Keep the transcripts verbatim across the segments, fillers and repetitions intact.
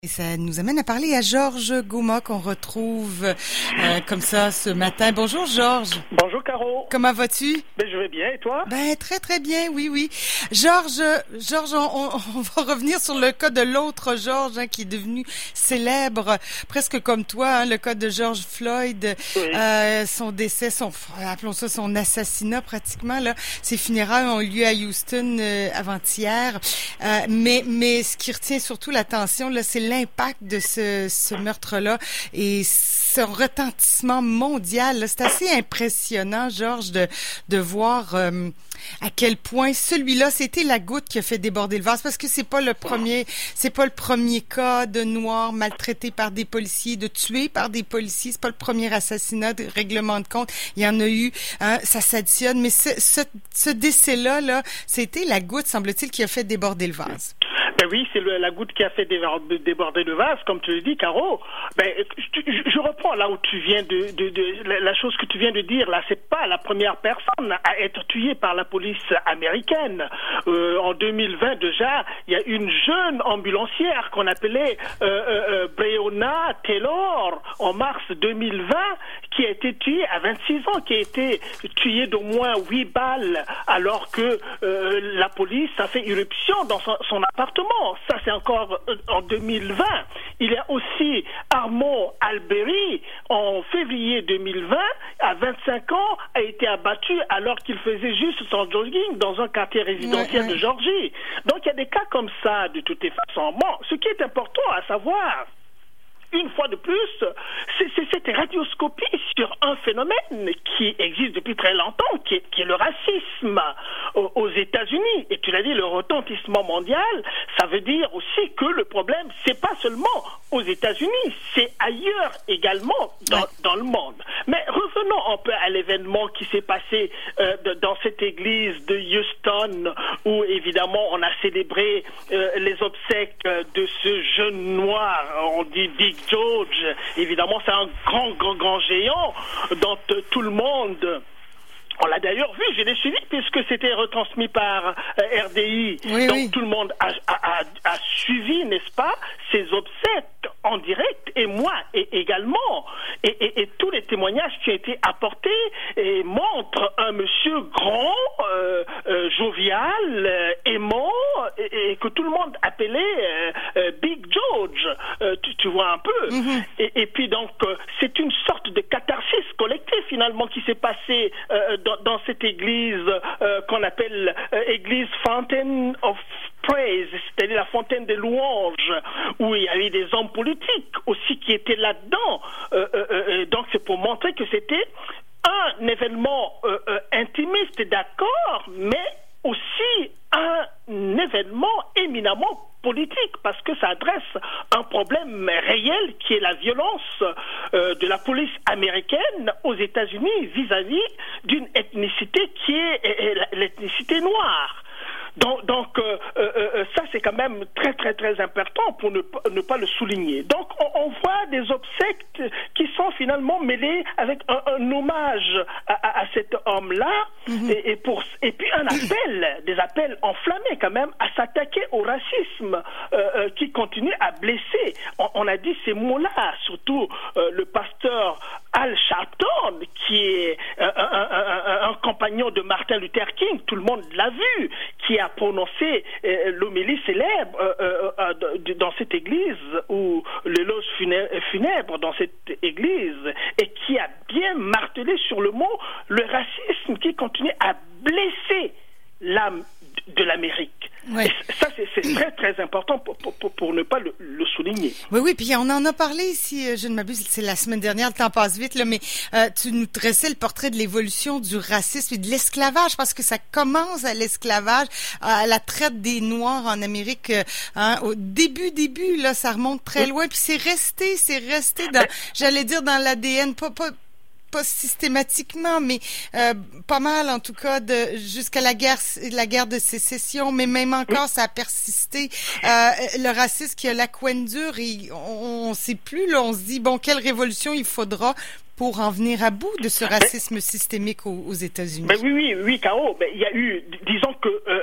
Et ça nous amène à parler à Georges Gauma qu'on retrouve euh, comme ça ce matin. Bonjour Georges. Bonjour Caro. Comment vas-tu? Ben je vais bien et toi? Ben très très bien, oui oui. Georges, Georges, on, on, on va revenir sur le cas de l'autre Georges hein, qui est devenu célèbre, presque comme toi, hein, le cas de George Floyd, oui. euh, son décès, son appelons ça son assassinat pratiquement là. Ses funérailles ont eu lieu à Houston euh, avant-hier, euh, mais mais ce qui retient surtout l'attention là, c'est l'impact de ce, ce meurtre-là et ce retentissement mondial. Là, c'est assez impressionnant, Georges, de, de voir euh, à quel point celui-là, c'était la goutte qui a fait déborder le vase, parce que c'est pas le premier, c'est pas le premier cas de Noirs maltraités par des policiers, de tués par des policiers. C'est pas le premier assassinat, de règlement de compte. Il y en a eu, hein, ça s'additionne, mais ce, ce, ce décès-là, là, c'était la goutte, semble-t-il, qui a fait déborder le vase. Ben oui, c'est le, la goutte qui a fait déborder le vase, comme tu le dis, Caro. Ben, je, je reprends là où tu viens de, de, de la, la chose que tu viens de dire. Là, c'est pas la première personne à être tuée par la police américaine. Euh, en deux mille vingt déjà, il y a une jeune ambulancière qu'on appelait euh, euh, Breonna Taylor en mars deux mille vingt, qui a été tuée à vingt-six ans, qui a été tuée d'au moins huit balles, alors que euh, la police a fait irruption dans son, son appartement. Ça, c'est encore en deux mille vingt. Il y a aussi Armand Arbery, en février deux mille vingt, à vingt-cinq ans, a été abattu alors qu'il faisait juste son jogging dans un quartier résidentiel ouais, ouais. de Georgie. Donc, il y a des cas comme ça, de toutes les façons. Bon, ce qui est important à savoir, une fois de plus, c'est, c'est cette radioscopie sur un phénomène qui existe depuis très longtemps, qui est, qui est le racisme aux, aux États-Unis. Et tu l'as dit, le retentissement mondial, ça veut dire aussi que le problème, c'est pas seulement aux États-Unis, c'est ailleurs également dans, ouais. dans le monde. Mais revenons un peu à l'événement qui s'est passé euh, de, dans cette église de Houston, où évidemment on a célébré euh, les obsèques de ce jeune noir, on dit Big George. Évidemment, c'est un grand, grand, grand géant dont euh, tout le monde... On l'a d'ailleurs vu, je l'ai suivi, puisque c'était retransmis par euh, R D I. Oui, Donc oui. tout le monde a, a, a, a suivi, n'est-ce pas, ces obsèques en direct, et moi et également. Et, et, et tous les témoignages qui ont été apportés et montrent un monsieur grand, euh, euh, jovial, euh, aimant, et, et que tout le monde appelait euh, euh, Big George. Euh, tu, tu vois un peu. Mm-hmm. Et, et puis donc, euh, c'est une sorte de catharsis collective finalement qui s'est passée euh, dans, dans cette église euh, qu'on appelle euh, église Fountain of Praise, c'est-à-dire la fontaine des louanges, où il y avait des hommes politiques aussi qui étaient là-dedans. Euh, euh, euh, donc c'est pour montrer que c'était un événement euh, euh, intimiste, d'accord, mais aussi un événement éminemment politique, parce que ça adresse un problème réel qui est la violence euh, de la police américaine aux États-Unis vis-à-vis d'une ethnicité qui est, est, est l'ethnicité noire. Donc, donc euh, euh, ça c'est quand même très très très important pour ne, ne pas le souligner. Donc on, on voit des obsèques qui sont finalement mêlées avec un, un hommage à, à, à cet homme-là, mm-hmm. et, et, pour, et puis un appel, des appels enflammés quand même à s'attaquer au racisme euh, euh, qui continue à blesser. On, on a dit ces mots-là, surtout euh, le pasteur Al Sharpton, qui est euh, un, un, un, un compagnon de Martin Luther King, tout le monde l'a vu, qui a prononcé euh, l'homélie célèbre euh, euh, dans cette église, ou l'éloge funèbre dans cette église, et qui a bien martelé sur le mot le racisme qui continue à blesser l'âme de l'Amérique. Ouais. Ça, c'est, c'est très, très important pour, pour, pour ne pas le, le souligner. Oui, oui, puis on en a parlé ici, je ne m'abuse, c'est la semaine dernière, le temps passe vite, là, mais euh, tu nous dressais le portrait de l'évolution du racisme et de l'esclavage, parce que ça commence à l'esclavage, à la traite des Noirs en Amérique, hein, au début, début, là, ça remonte très loin, puis c'est resté, c'est resté dans, j'allais dire, dans l'A D N, pas, pas, pas systématiquement, mais euh, pas mal en tout cas, de jusqu'à la guerre, la guerre de sécession, mais même encore, ça a persisté. Euh, le racisme qui a la couenne dure, et on ne sait plus, là, on se dit, bon, quelle révolution il faudra pour en venir à bout de ce racisme systémique aux, aux États-Unis. Ben oui, oui, oui, Caro. Ben, il y a eu, disons que euh,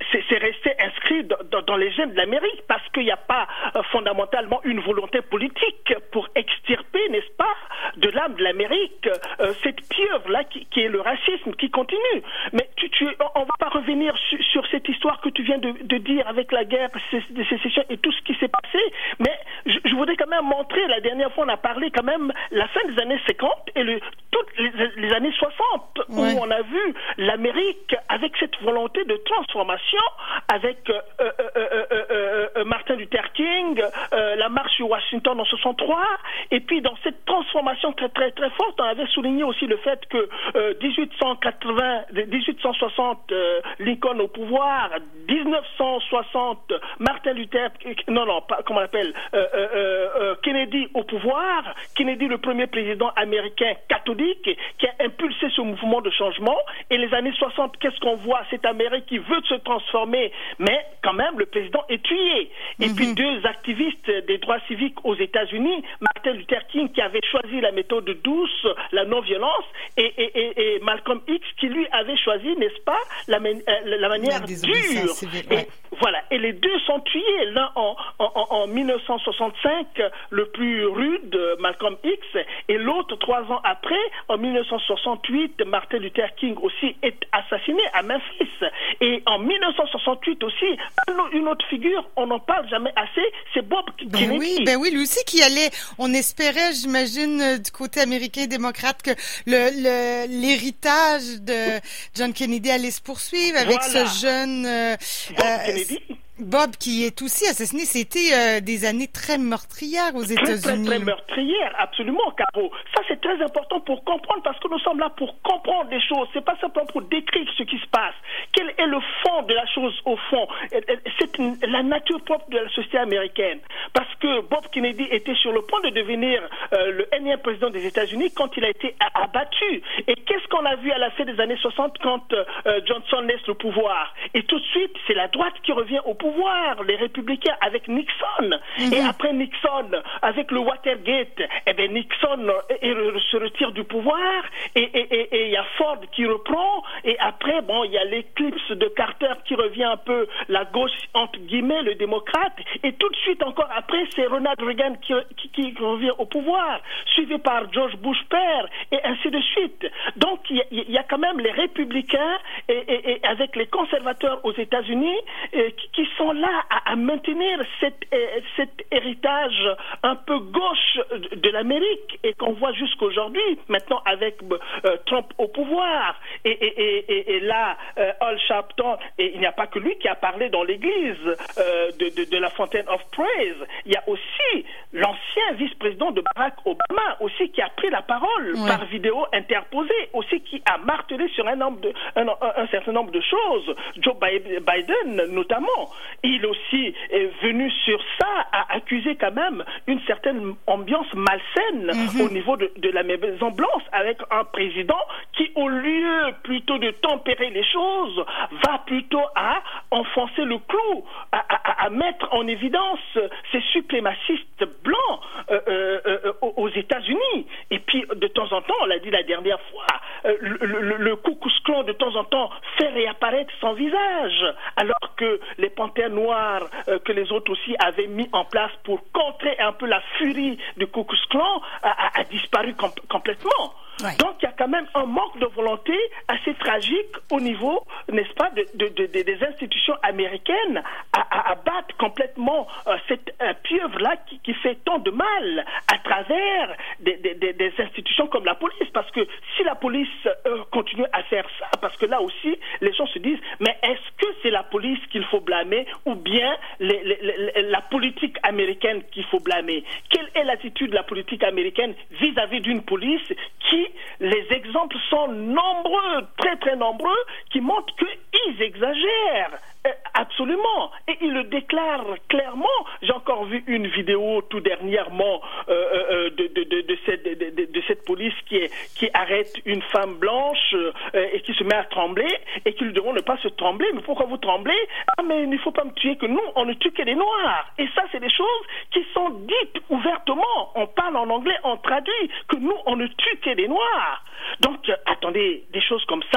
c'est, c'est resté inscrit dans, dans, dans les gènes de l'Amérique parce qu'il n'y a pas euh, fondamentalement une volonté politique pour extirper, n'est-ce pas, de l'âme de l'Amérique euh, cette pieuvre-là qui, qui est le racisme qui continue. Mais tu, tu, on ne va pas revenir sur, sur cette histoire que tu viens de, de dire avec la guerre de sécession et tout ce qui s'est passé, mais je, je voudrais quand même montrer, la dernière fois on a parlé quand même la fin des années cinquante et le, toutes les, les années soixante, ouais. où on a vu l'Amérique avec cette volonté de transformation, avec euh, euh, euh, euh, euh, Martin Luther King, euh, la marche sur Washington en soixante-trois, et puis dans cette transformation très très très forte, on avait souligné aussi le fait que euh, dix-huit cent quatre-vingts, dix-huit cent soixante, euh, Lincoln au pouvoir, dix-neuf cent soixante, Martin Luther, non non, pas, comment on appelle, euh, euh, euh, Kennedy au pouvoir, Kennedy le premier président américain catholique qui a impulsé ce mouvement de changement, et les années soixante, qu'est-ce qu'on voit? Cette Amérique qui veut se transformer, mais quand même le président est tué. Et mm-hmm. puis deux activistes des droits civiques aux États-Unis, Martin Luther King qui avait choisi la méthode douce, la non-violence, et, et, et, et Malcolm X qui lui avait choisi, n'est-ce pas, la, man, euh, la manière dure. Civile, et, ouais. Voilà, et les deux sont tués, l'un en, en, en mille neuf cent soixante-cinq, le plus rude, Malcolm X, et l'autre trois ans après, en mille neuf cent soixante-huit, Martin Luther King aussi est assassiné à Memphis. Et en mille neuf cent soixante-huit aussi, une autre figure, on n'en parle jamais assez, c'est Bob Kennedy. Ben oui, ben oui, lui aussi qui allait, on espérait, j'imagine, du côté américain démocrate, que le, le l'héritage de John Kennedy allait se poursuivre avec voilà. ce jeune euh, Bob euh, Kennedy. Bob, qui est aussi assassiné, c'était euh, des années très meurtrières aux États-Unis. Très, très, très meurtrières, absolument, Caro. Ça, c'est très important pour comprendre, parce que nous sommes là pour comprendre les choses. C'est pas simplement pour décrire ce qui se passe. Quel est le fond de la chose, au fond? C'est la nature propre de la société américaine. Parce que Bob Kennedy était sur le point de devenir euh, le énième président des États-Unis quand il a été abattu. Et qu'est-ce qu'on a vu à la fin des années soixante quand euh, Johnson laisse le pouvoir? Et tout de suite, c'est la droite qui revient au pouvoir. Pouvoir, les républicains avec Nixon, mm-hmm. et après Nixon avec le Watergate, eh bien Nixon et, et, se retire du pouvoir, et il et, et, y a Ford qui reprend, et après bon il y a l'éclipse de Carter qui revient un peu la gauche entre guillemets, le démocrate, et tout de suite encore après c'est Ronald Reagan qui, qui, qui revient au pouvoir, suivi par George Bush père, et ainsi de suite. Donc il y, y a quand même les républicains et, et, et avec les conservateurs aux États-Unis et, qui, qui sont là à, à maintenir cet, euh, cet héritage un peu gauche de, de l'Amérique, et qu'on voit jusqu'aujourd'hui, maintenant avec euh, Trump au pouvoir, et, et, et, et là, euh, Al Sharpton, et il n'y a pas que lui qui a parlé dans l'église euh, de, de, de la Fountain of Praise, il y a aussi l'ancien vice-président de Barack Obama, aussi qui a pris la parole, oui. par vidéo interposée, aussi qui a martelé sur un, nombre de, un, un, un certain nombre de choses, Joe Biden notamment. Il aussi est venu sur ça à accuser quand même une certaine ambiance malsaine mm-hmm. au niveau de, de la Maison Blanche, avec un président qui, au lieu plutôt de tempérer les choses, va plutôt à enfoncer le clou, à, à, à mettre en évidence ces suprémacistes blancs euh, euh, euh, aux États-Unis. Et puis, de temps en temps, on l'a dit la dernière fois, euh, le, le, le Ku Klux Klan de temps en temps fait réapparaître son visage, alors que les panthères noires euh, que les autres aussi avaient mis en place pour contrer un peu la furie du Ku Klux Klan a, a, a disparu com- complètement. Ouais. Donc il y a quand même un manque de volonté assez tragique au niveau, n'est-ce pas, de, de, de, de, des institutions américaines à, à, à battre complètement euh, cette euh, pieuvre-là qui, qui fait tant de mal à travers des, des, des, des institutions comme la police. Parce que si la police euh, continue à faire ça, parce que là aussi les gens se disent, mais est-ce que c'est la police qu'il faut blâmer ou bien les, les, les, la politique américaine qu'il faut blâmer? Quelle est l'attitude de la politique américaine vis-à-vis d'une police qui, les exemples sont nombreux, très très nombreux, qui montrent qu'ils exagèrent. Euh, absolument. Et ils le déclarent clairement. J'ai encore vu une vidéo tout dernièrement euh, euh, de, de, de, de, cette, de, de, de cette police qui, est, qui arrête une femme blanche euh, et qui se met à trembler et qui lui demande de ne pas se trembler. Mais pourquoi vous tremblez? Ah, mais il ne faut pas me tuer, que nous, on ne tue que les Noirs. Et ça, c'est des choses qui sont dites ouvertement. On parle en anglais, on traduit que nous, on ne tue que les Noirs. Donc, euh, attendez, des choses comme ça.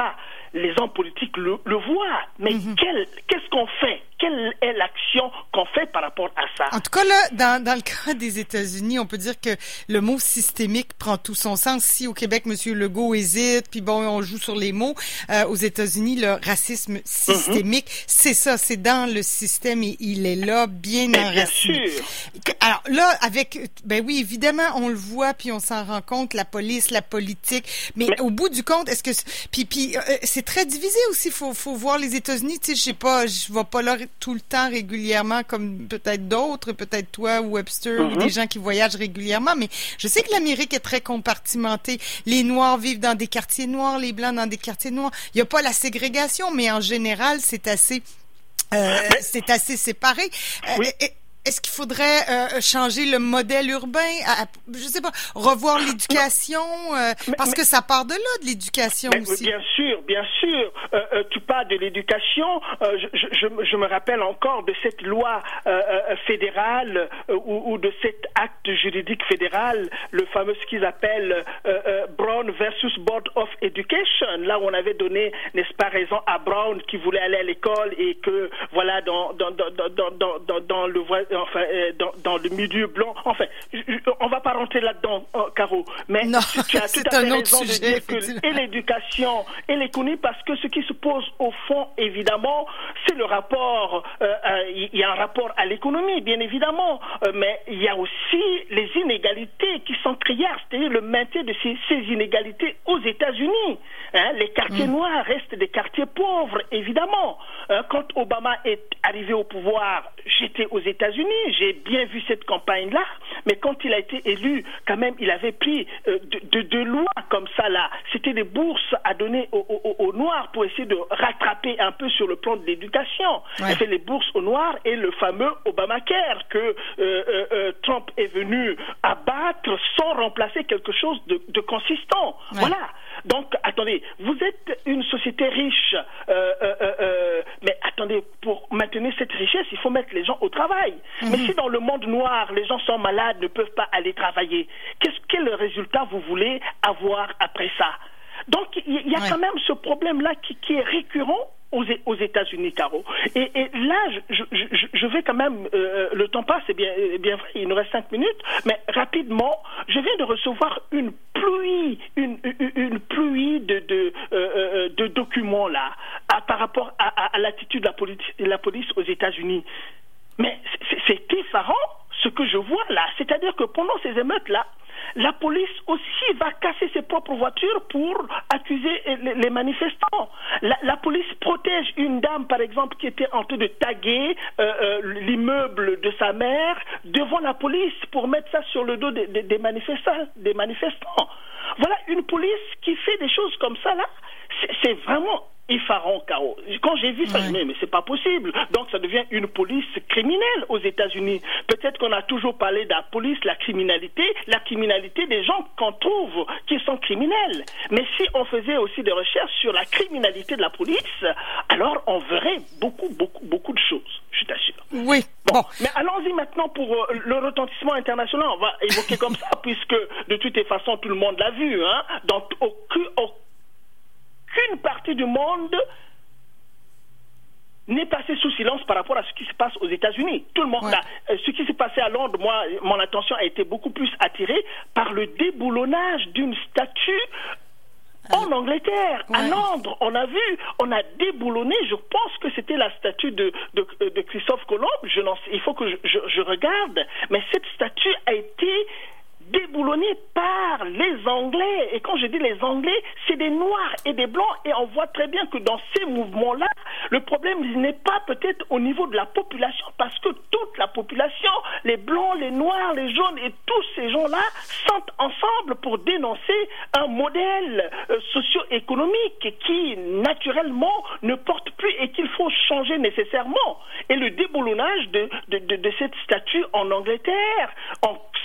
les hommes politiques le, le voient. Mais mm-hmm. quel, qu'est-ce qu'on fait? Quelle est l'action qu'on fait par rapport à ça? En tout cas, là, dans, dans le cas des États-Unis, on peut dire que le mot systémique prend tout son sens. Si au Québec, M. Legault hésite, puis bon, on joue sur les mots, euh, aux États-Unis, le racisme systémique, mm-hmm. c'est ça, c'est dans le système et il est là, bien Mais enraciné. Bien sûr. Alors là, avec, ben oui, évidemment, on le voit, puis on s'en rend compte, la police, la politique, mais, mais... au bout du compte, est-ce que, puis, puis euh, c'est très divisé aussi. Faut, faut voir les États-Unis. Tu sais, je sais pas, je vais pas là tout le temps régulièrement comme peut-être d'autres, peut-être toi ou Webster mm-hmm. ou des gens qui voyagent régulièrement, mais je sais que l'Amérique est très compartimentée. Les Noirs vivent dans des quartiers noirs, les Blancs dans des quartiers noirs. Il n'y a pas la ségrégation, mais en général, c'est assez, euh, c'est assez séparé. Oui. Euh, Est-ce qu'il faudrait euh, changer le modèle urbain, à, je sais pas, revoir l'éducation, euh, mais, parce mais, que ça part de là, de l'éducation mais, aussi. Bien sûr, bien sûr. Euh, euh, tu parles de l'éducation. Euh, je, je, je me rappelle encore de cette loi euh, euh, fédérale euh, ou, ou de cet acte juridique fédéral, le fameux ce qu'ils appellent euh, euh, Brown versus Board of Education. Là où on avait donné, n'est-ce pas, raison à Brown qui voulait aller à l'école et que voilà dans dans dans dans dans, dans, dans le enfin euh, dans, dans le milieu blanc, enfin je, je, on va pas rentrer là-dedans, oh, Caro, mais non, tu as tout à fait raison de sujet, dire que et l'éducation et l'économie, parce que ce qui se pose au fond, évidemment, c'est le rapport, il euh, euh, y a un rapport à l'économie, bien évidemment, euh, mais il y a aussi les inégalités qui sont criardes, c'est-à-dire le maintien de ces, ces inégalités aux États-Unis. Hein, les quartiers mmh. noirs restent des quartiers pauvres, évidemment. Hein, quand Obama est arrivé au pouvoir, j'étais aux États-Unis, j'ai bien vu cette campagne-là, mais quand il a été élu, quand même, il avait pris euh, de, de, de lois comme ça, là. C'était des bourses à donner aux, aux, aux Noirs pour essayer de rattraper un peu sur le plan de l'éducation. Ouais. Il fait les bourses aux Noirs et le fameux Obamacare que euh, euh, euh, Trump est venu abattre sans remplacer quelque chose de, de consistant. Ouais. Voilà. Donc, attendez, vous êtes une société riche, euh, euh, euh, mais attendez, pour maintenir cette richesse, il faut mettre les gens au travail. Mm-hmm. Mais si dans le monde noir, les gens sont malades, ne peuvent pas aller travailler, qu'est-ce, quel résultat vous voulez avoir après ça? Donc, il y, y a ouais. quand même ce problème-là qui, qui est récurrent aux, aux États-Unis, Caro. Et, et là, je, je, je vais quand même, euh, le temps passe, c'est bien, bien vrai, il nous reste cinq minutes, mais rapidement, je viens de recevoir une pluie, une, une, une pluie de, de, euh, de documents là, à, par rapport à, à, à l'attitude de la police, de la police aux États-Unis. Mais c'est, c'est effarant ce que je vois là, c'est-à-dire que pendant ces émeutes-là, la police aussi va casser ses propres voitures pour accuser les, les manifestants. La, la police protège une dame, par exemple, qui était en train de taguer euh, euh, l'immeuble de sa mère devant la police pour mettre ça sur le dos des, des, des manifestants, des manifestants. Voilà une police qui fait des choses comme ça là. C'est, c'est vraiment effarant, Caro. Quand j'ai vu ça, ouais. je me dis, mais c'est pas possible. Donc, ça devient une police criminelle aux États-Unis. Peut-être qu'on a toujours parlé de la police, la criminalité, la criminalité des gens qu'on trouve qui sont criminels. Mais si on faisait aussi des recherches sur la criminalité de la police, alors on verrait beaucoup, beaucoup, beaucoup de choses, je t'assure. Oui. Bon, bon. Mais allons-y maintenant pour euh, le retentissement international. On va évoquer comme ça, puisque de toutes les façons, tout le monde l'a vu, hein. Donc, aucune, aucune qu'une partie du monde n'est passée sous silence par rapport à ce qui se passe aux États-Unis. Tout le monde ouais. a, ce qui s'est passé à Londres, moi, mon attention a été beaucoup plus attirée par le déboulonnage d'une statue en Angleterre, ouais. à Londres. On a vu, on a déboulonné, je pense que c'était la statue de, de, de Christophe Colomb, je n'en sais, il faut que je, je, je regarde, mais cette statue a été déboulonné par les Anglais. Et quand je dis les Anglais, c'est des Noirs et des Blancs. Et on voit très bien que dans ces mouvements-là, le problème n'est pas peut-être au niveau de la population, parce que toute la population, les Blancs, les Noirs, les Jaunes et tous ces gens-là sont ensemble pour dénoncer un modèle euh, socio-économique qui, naturellement, ne porte plus et qu'il faut changer nécessairement. Et le déboulonnage de, de, de, de cette statue en Angleterre, en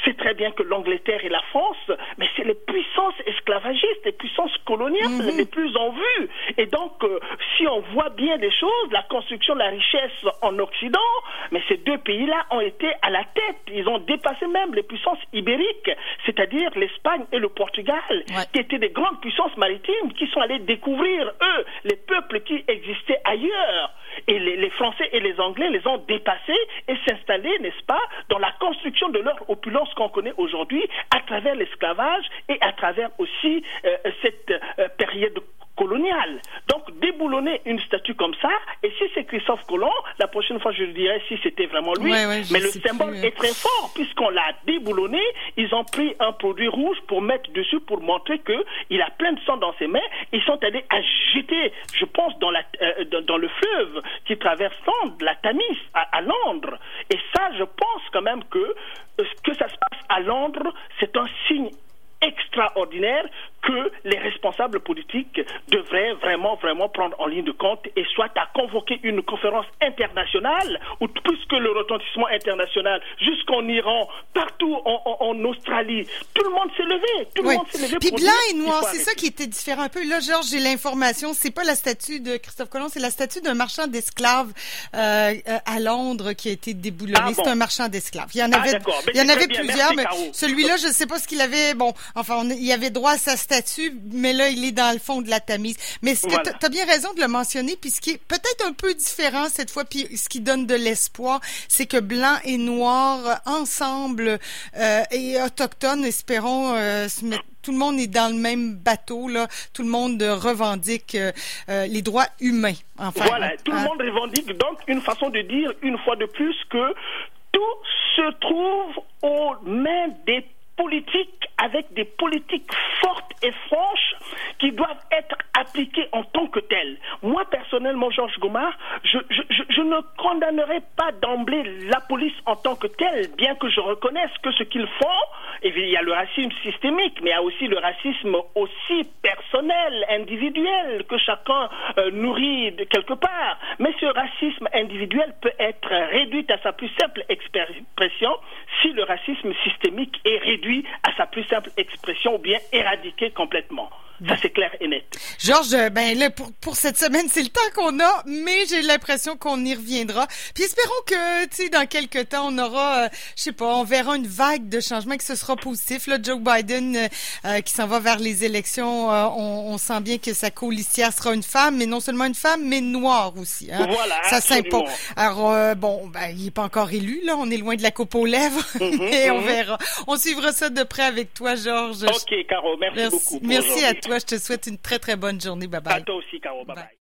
sait très bien que l'Angleterre et la France, mais c'est les puissances esclavagistes, les puissances coloniales mm-hmm. les plus en vue. Et donc, euh, si on voit bien des choses, la construction de la richesse en Occident, mais ces deux pays-là ont été à la tête. Ils ont dépassé même les puissances ibériques, c'est-à-dire l'Espagne et le Portugal, ouais. qui étaient des grandes puissances maritimes, qui sont allés découvrir, eux, les peuples qui existaient ailleurs. Et les, les Français et les Anglais les ont dépassés et s'installés, n'est-ce pas, dans la construction de leur opulence qu'on connaît aujourd'hui à travers l'esclavage et à travers aussi euh, cette euh, période coloniale. Donc, déboulonner une statue comme ça, et si c'est Christophe Colomb, la prochaine fois je le dirai si c'était vraiment lui, ouais, ouais, mais le symbole plus, ouais. est très fort, puisqu'on l'a déboulonné, ils ont pris un produit rouge pour mettre dessus, pour montrer qu'il a plein de sang dans ses mains, ils sont allés à jeter, je pense, dans, la, euh, dans, dans le fleuve qui traverse Londres, la Tamise, à, à Londres. Et ça, je pense quand même que, euh, que ça se passe à Londres, c'est un signe extraordinaire que les responsables politiques devraient vraiment, vraiment prendre en ligne de compte et soit à convoquer une conférence internationale ou plus que le retentissement international jusqu'en Iran, partout en, en, en Australie. Tout le monde s'est levé. Tout oui. le monde s'est levé. Puis blanc et noir, c'est ça qui était différent un peu. Là, Georges, j'ai l'information. C'est pas la statue de Christophe Colomb, c'est la statue d'un marchand d'esclaves euh, à Londres qui a été déboulonnée. Ah, bon. C'est un marchand d'esclaves. Il y en avait, ah, il y en avait plusieurs, Merci, mais celui-là, je sais pas ce qu'il avait. Bon, enfin, on, il avait droit à sa statue, mais là, il est dans le fond de la Tamise. Mais ce que voilà. tu as bien raison de le mentionner, puis ce qui est peut-être un peu différent cette fois, puis ce qui donne de l'espoir, c'est que blanc et noir, ensemble, euh, et autochtones, espérons euh, se mettre. Tout le monde est dans le même bateau, là. Tout le monde revendique euh, euh, les droits humains. Enfin, voilà, tout hein? le monde revendique donc une façon de dire, une fois de plus, que tout se trouve aux mains des politiques, avec des politiques fortes et franches qui doivent être appliquées en tant que telles. Moi, personnellement, Georges Gomard, je, je, je, je ne condamnerai pas d'emblée la police en tant que telle, bien que je reconnaisse que ce qu'ils font, et il y a le racisme systémique, mais il y a aussi le racisme aussi personnel, individuel, que chacun euh, nourrit de quelque part. Mais ce racisme individuel peut être réduit à sa plus simple expression si le racisme systémique est réduit à sa plus simple expression ou bien éradiqué complètement. Ça, c'est clair et net. Georges, ben là, pour, pour cette semaine, c'est le temps qu'on a, mais j'ai l'impression qu'on y reviendra. Puis espérons que, tu sais, dans quelques temps, on aura, euh, je sais pas, on verra une vague de changements, que ce sera positif. Là, Joe Biden, euh, qui s'en va vers les élections, euh, on, on sent bien que sa colistière sera une femme, mais non seulement une femme, mais noire aussi. Hein? Voilà, ça s'impose. Alors, euh, bon, ben, il est pas encore élu, là, on est loin de la coupe aux lèvres, mm-hmm, mais mm-hmm. on verra. On suivra ça de près avec toi, Georges. OK, Caro, merci, merci beaucoup. Merci à toi. Je te souhaite une très, très bonne journée. Bye bye. À toi aussi, Caro. Bye bye. bye.